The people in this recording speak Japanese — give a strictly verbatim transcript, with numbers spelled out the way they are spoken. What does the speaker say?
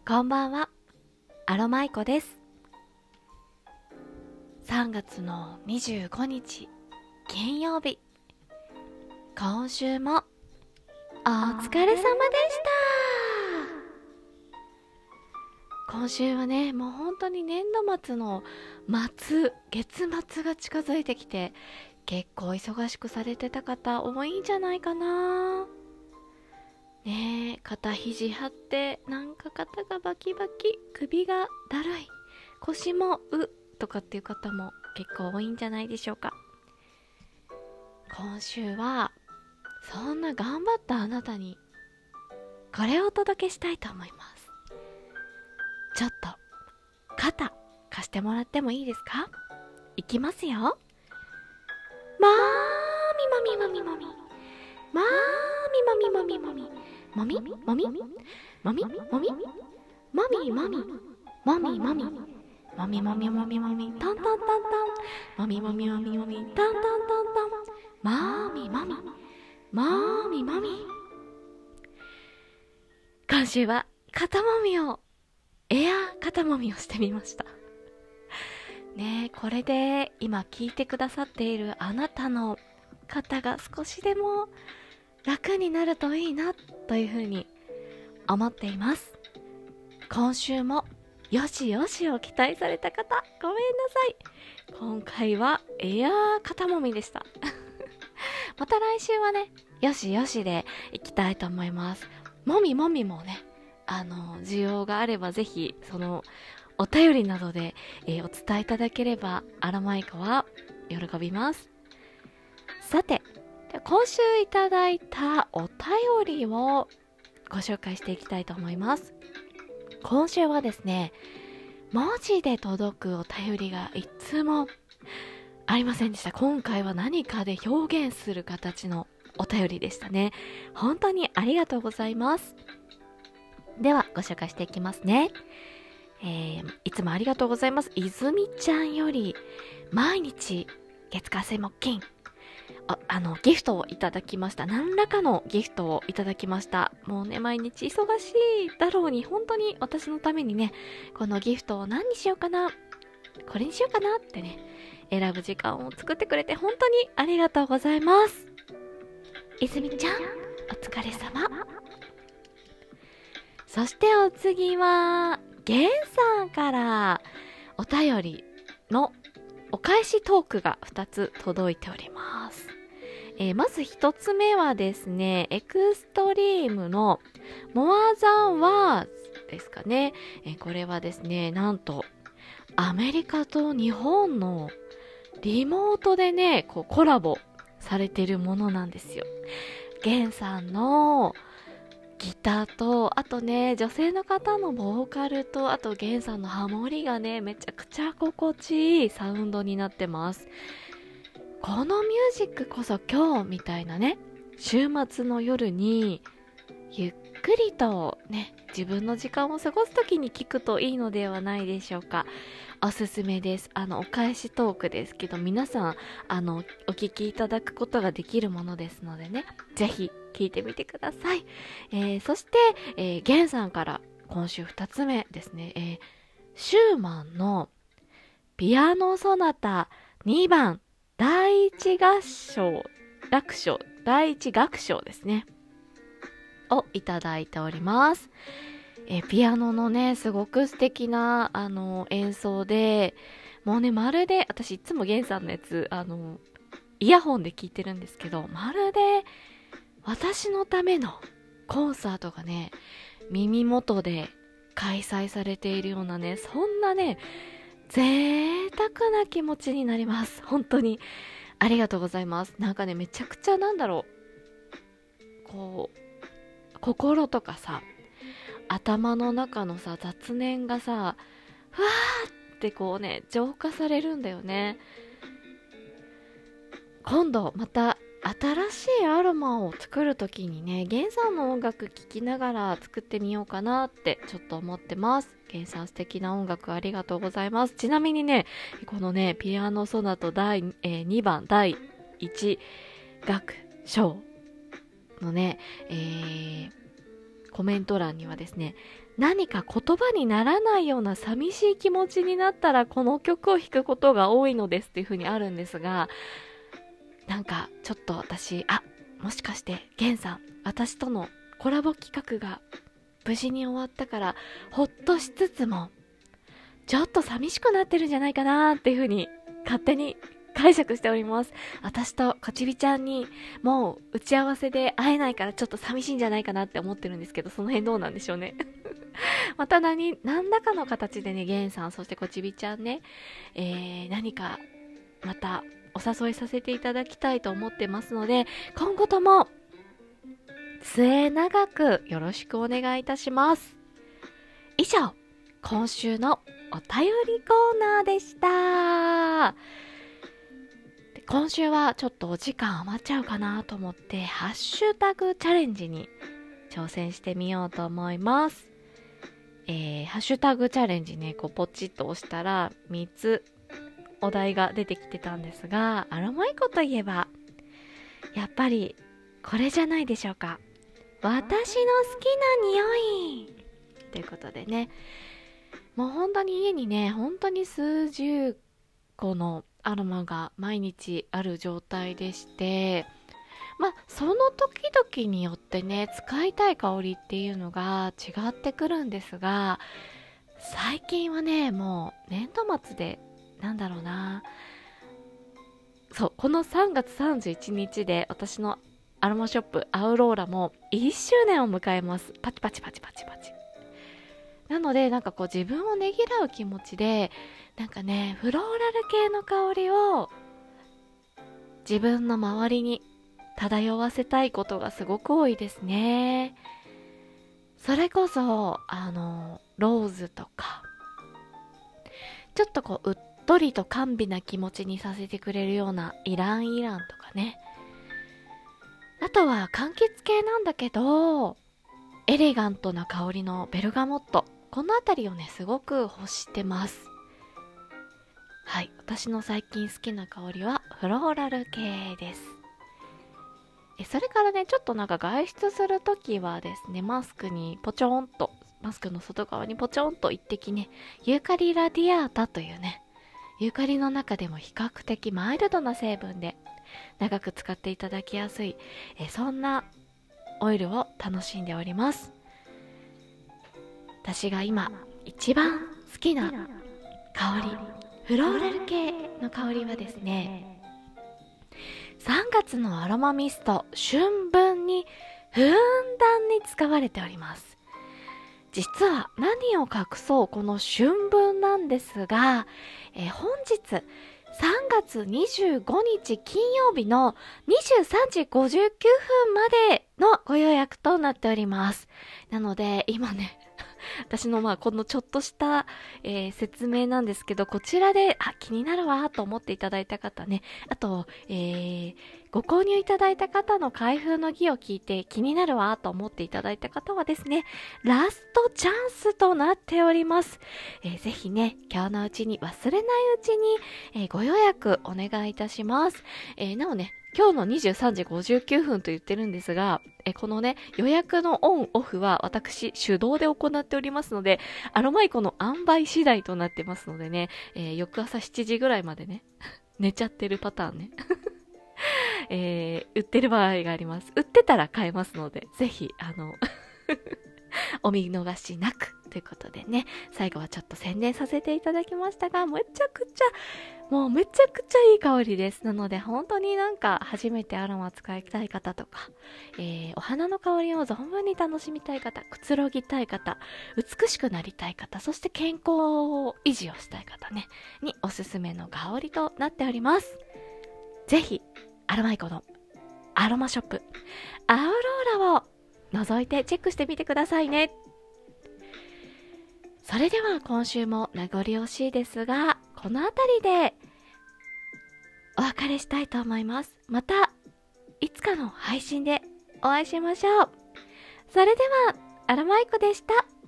こんばんは、アロマイコです。さんがつのにじゅうごにち金曜日、今週もお疲れ様でした。今週はね、もう本当に年度末の末、月末が近づいてきて、結構忙しくされてた方多いんじゃないかな。ねえ、肩肘張ってなんか肩がバキバキ、首がだるい、腰もうとかっていう方も結構多いんじゃないでしょうか。今週はそんな頑張ったあなたにこれをお届けしたいと思います。ちょっと肩貸してもらってもいいですか？いきますよ。まーみまみまみまみまーみまみまみまみもみもみもみもみもみもみもみもみもみもみもみもみもみもみもみトントントントンもみもみもみもみトントントントンもみもみもみもみ。今週は肩もみをエアー肩もみをしてみましたね。えこれで今聞いてくださっているあなたの肩が少しでも楽になるといいなというふうに思っています。今週もよしよしを期待された方、ごめんなさい。今回はエアー肩もみでしたまた来週はね、よしよしでいきたいと思います。もみもみもね、あの需要があればぜひそのお便りなどで、えー、お伝えいただければアロマイコは喜びます。さて、今週いただいたお便りをご紹介していきたいと思います。今週はですね、文字で届くお便りがいつもありませんでした。今回は何かで表現する形のお便りでしたね。本当にありがとうございます。ではご紹介していきますね。えー、いつもありがとうございます。泉ちゃんより毎日月火水木金ああのギフトをいただきました。何らかのギフトをいただきました。もうね、毎日忙しいだろうに、本当に私のためにね、このギフトを何にしようかな、これにしようかなってね、選ぶ時間を作ってくれて本当にありがとうございます。泉ちゃん、お疲れ様。そしてお次はゲンさんからお便りのお返しトークがふたつ届いております。えー、まずひとつめはですね、エクストリームのモアザンワーズですかね。えー、これはですね、なんとアメリカと日本のリモートでね、こうコラボされてるものなんですよ。ゲンさんのギターと、あとね、女性の方のボーカルと、あとゲンさんのハモリがね、めちゃくちゃ心地いいサウンドになってます。このミュージックこそ今日みたいなね、週末の夜にゆっくりとね、自分の時間を過ごすときに聞くといいのではないでしょうか。おすすめです。あのお返しトークですけど、皆さんあのお聞きいただくことができるものですのでね、ぜひ聞いてみてください。えー、そして、えー、ゲンさんから今週ふたつめですね、えー、シューマンのピアノソナタにばん第一楽章楽章第一楽章ですねをいただいております。えピアノのね、すごく素敵なあの演奏で、もうね、まるで私いつもゲンさんのやつあのイヤホンで聞いてるんですけど、まるで私のためのコンサートがね、耳元で開催されているようなね、そんなね、贅沢な気持ちになります。本当にありがとうございます。なんかね、めちゃくちゃなんだろう、こう心とかさ、頭の中のさ雑念がさ、ふわーってこうね、浄化されるんだよね。今度また新しいアロマを作るときにね、ゲンさんの音楽聴きながら作ってみようかなってちょっと思ってます。ゲンさん素敵な音楽ありがとうございます。ちなみにね、このね、ピアノソナト第、えー、にばん第一楽章のね、えー、コメント欄にはですね、 何か言葉にならないような寂しい気持ちになったらこの曲を弾くことが多いのですっていう風にあるんですが、なんかちょっと私、あ、もしかしてゲンさん、私とのコラボ企画が無事に終わったからほっとしつつもちょっと寂しくなってるんじゃないかなっていう風に勝手に解釈しております。私とこちびちゃんにもう打ち合わせで会えないからちょっと寂しいんじゃないかなって思ってるんですけど、その辺どうなんでしょうね。また何何らかの形でね、ゲンさんそしてこちびちゃんね、えー、何かまたお誘いさせていただきたいと思ってますので、今後とも末永くよろしくお願いいたします。以上、今週のお便りコーナーでした。今週はちょっとお時間余っちゃうかなと思ってハッシュタグチャレンジに挑戦してみようと思います。えー、ハッシュタグチャレンジね、こうポチッと押したらみっつお題が出てきてたんですが、アロマイコといえばやっぱりこれじゃないでしょうか。私の好きな匂いということでね、もう本当に家にね、本当に数十個のアロマが毎日ある状態でして、まあその時々によってね、使いたい香りっていうのが違ってくるんですが、最近はね、もう年度末でなんだろうな、そうこのさんがつさんじゅういちにちで私のアロマショップアウローラもいっしゅうねんを迎えます。パチパチパチパチパチ。なのでなんかこう自分をねぎらう気持ちで、なんかねフローラル系の香りを自分の周りに漂わせたいことがすごく多いですね。それこそあのローズとか、ちょっとこううっとりと甘美な気持ちにさせてくれるようなイランイランとかね、あとは柑橘系なんだけどエレガントな香りのベルガモット、このあたりをねすごく欲してます。はい、私の最近好きな香りはフローラル系です。えそれからね、ちょっとなんか外出するときはですね、マスクにポチョンとマスクの外側にポチョンと一滴ね、ユーカリラディアータというね、ユーカリの中でも比較的マイルドな成分で長く使っていただきやすい、えそんなオイルを楽しんでおります。私が今一番好きな香り、フローラル系の香りはですね、さんがつのアロマミスト春分にふんだんに使われております。実は何を隠そう、この春分なんですが、えー、本日さんがつにじゅうごにち金曜日のにじゅうさんじごじゅうきゅうふんまでのご予約となっております。なので今ね、私のまあこのちょっとした、えー、説明なんですけど、こちらであ気になるわと思っていただいた方ね、あと、えー、ご購入いただいた方の開封の儀を聞いて気になるわと思っていただいた方はですね、ラストチャンスとなっております。えー、ぜひね、今日のうちに忘れないうちに、えー、ご予約お願いいたします。えー、なおね、今日のにじゅうさんじごじゅうきゅうふんと言ってるんですが、えこのね予約のオンオフは私手動で行っておりますので、アロマイコの塩梅次第となってますのでね、えー、翌朝しちじぐらいまでね寝ちゃってるパターンね、えー、売ってる場合があります。売ってたら買えますので、ぜひあのお見逃しなくということでね、最後はちょっと宣伝させていただきましたが、めちゃくちゃもうめちゃくちゃいい香りです。なので本当になんか初めてアロマ使いたい方とか、えー、お花の香りを存分に楽しみたい方、くつろぎたい方、美しくなりたい方、そして健康維持をしたい方ねにおすすめの香りとなっております。ぜひアロマイコのアロマショップアウローラを覗いてチェックしてみてくださいね。それでは今週も名残惜しいですが、この辺りでお別れしたいと思います。またいつかの配信でお会いしましょう。それではアロマイコでした。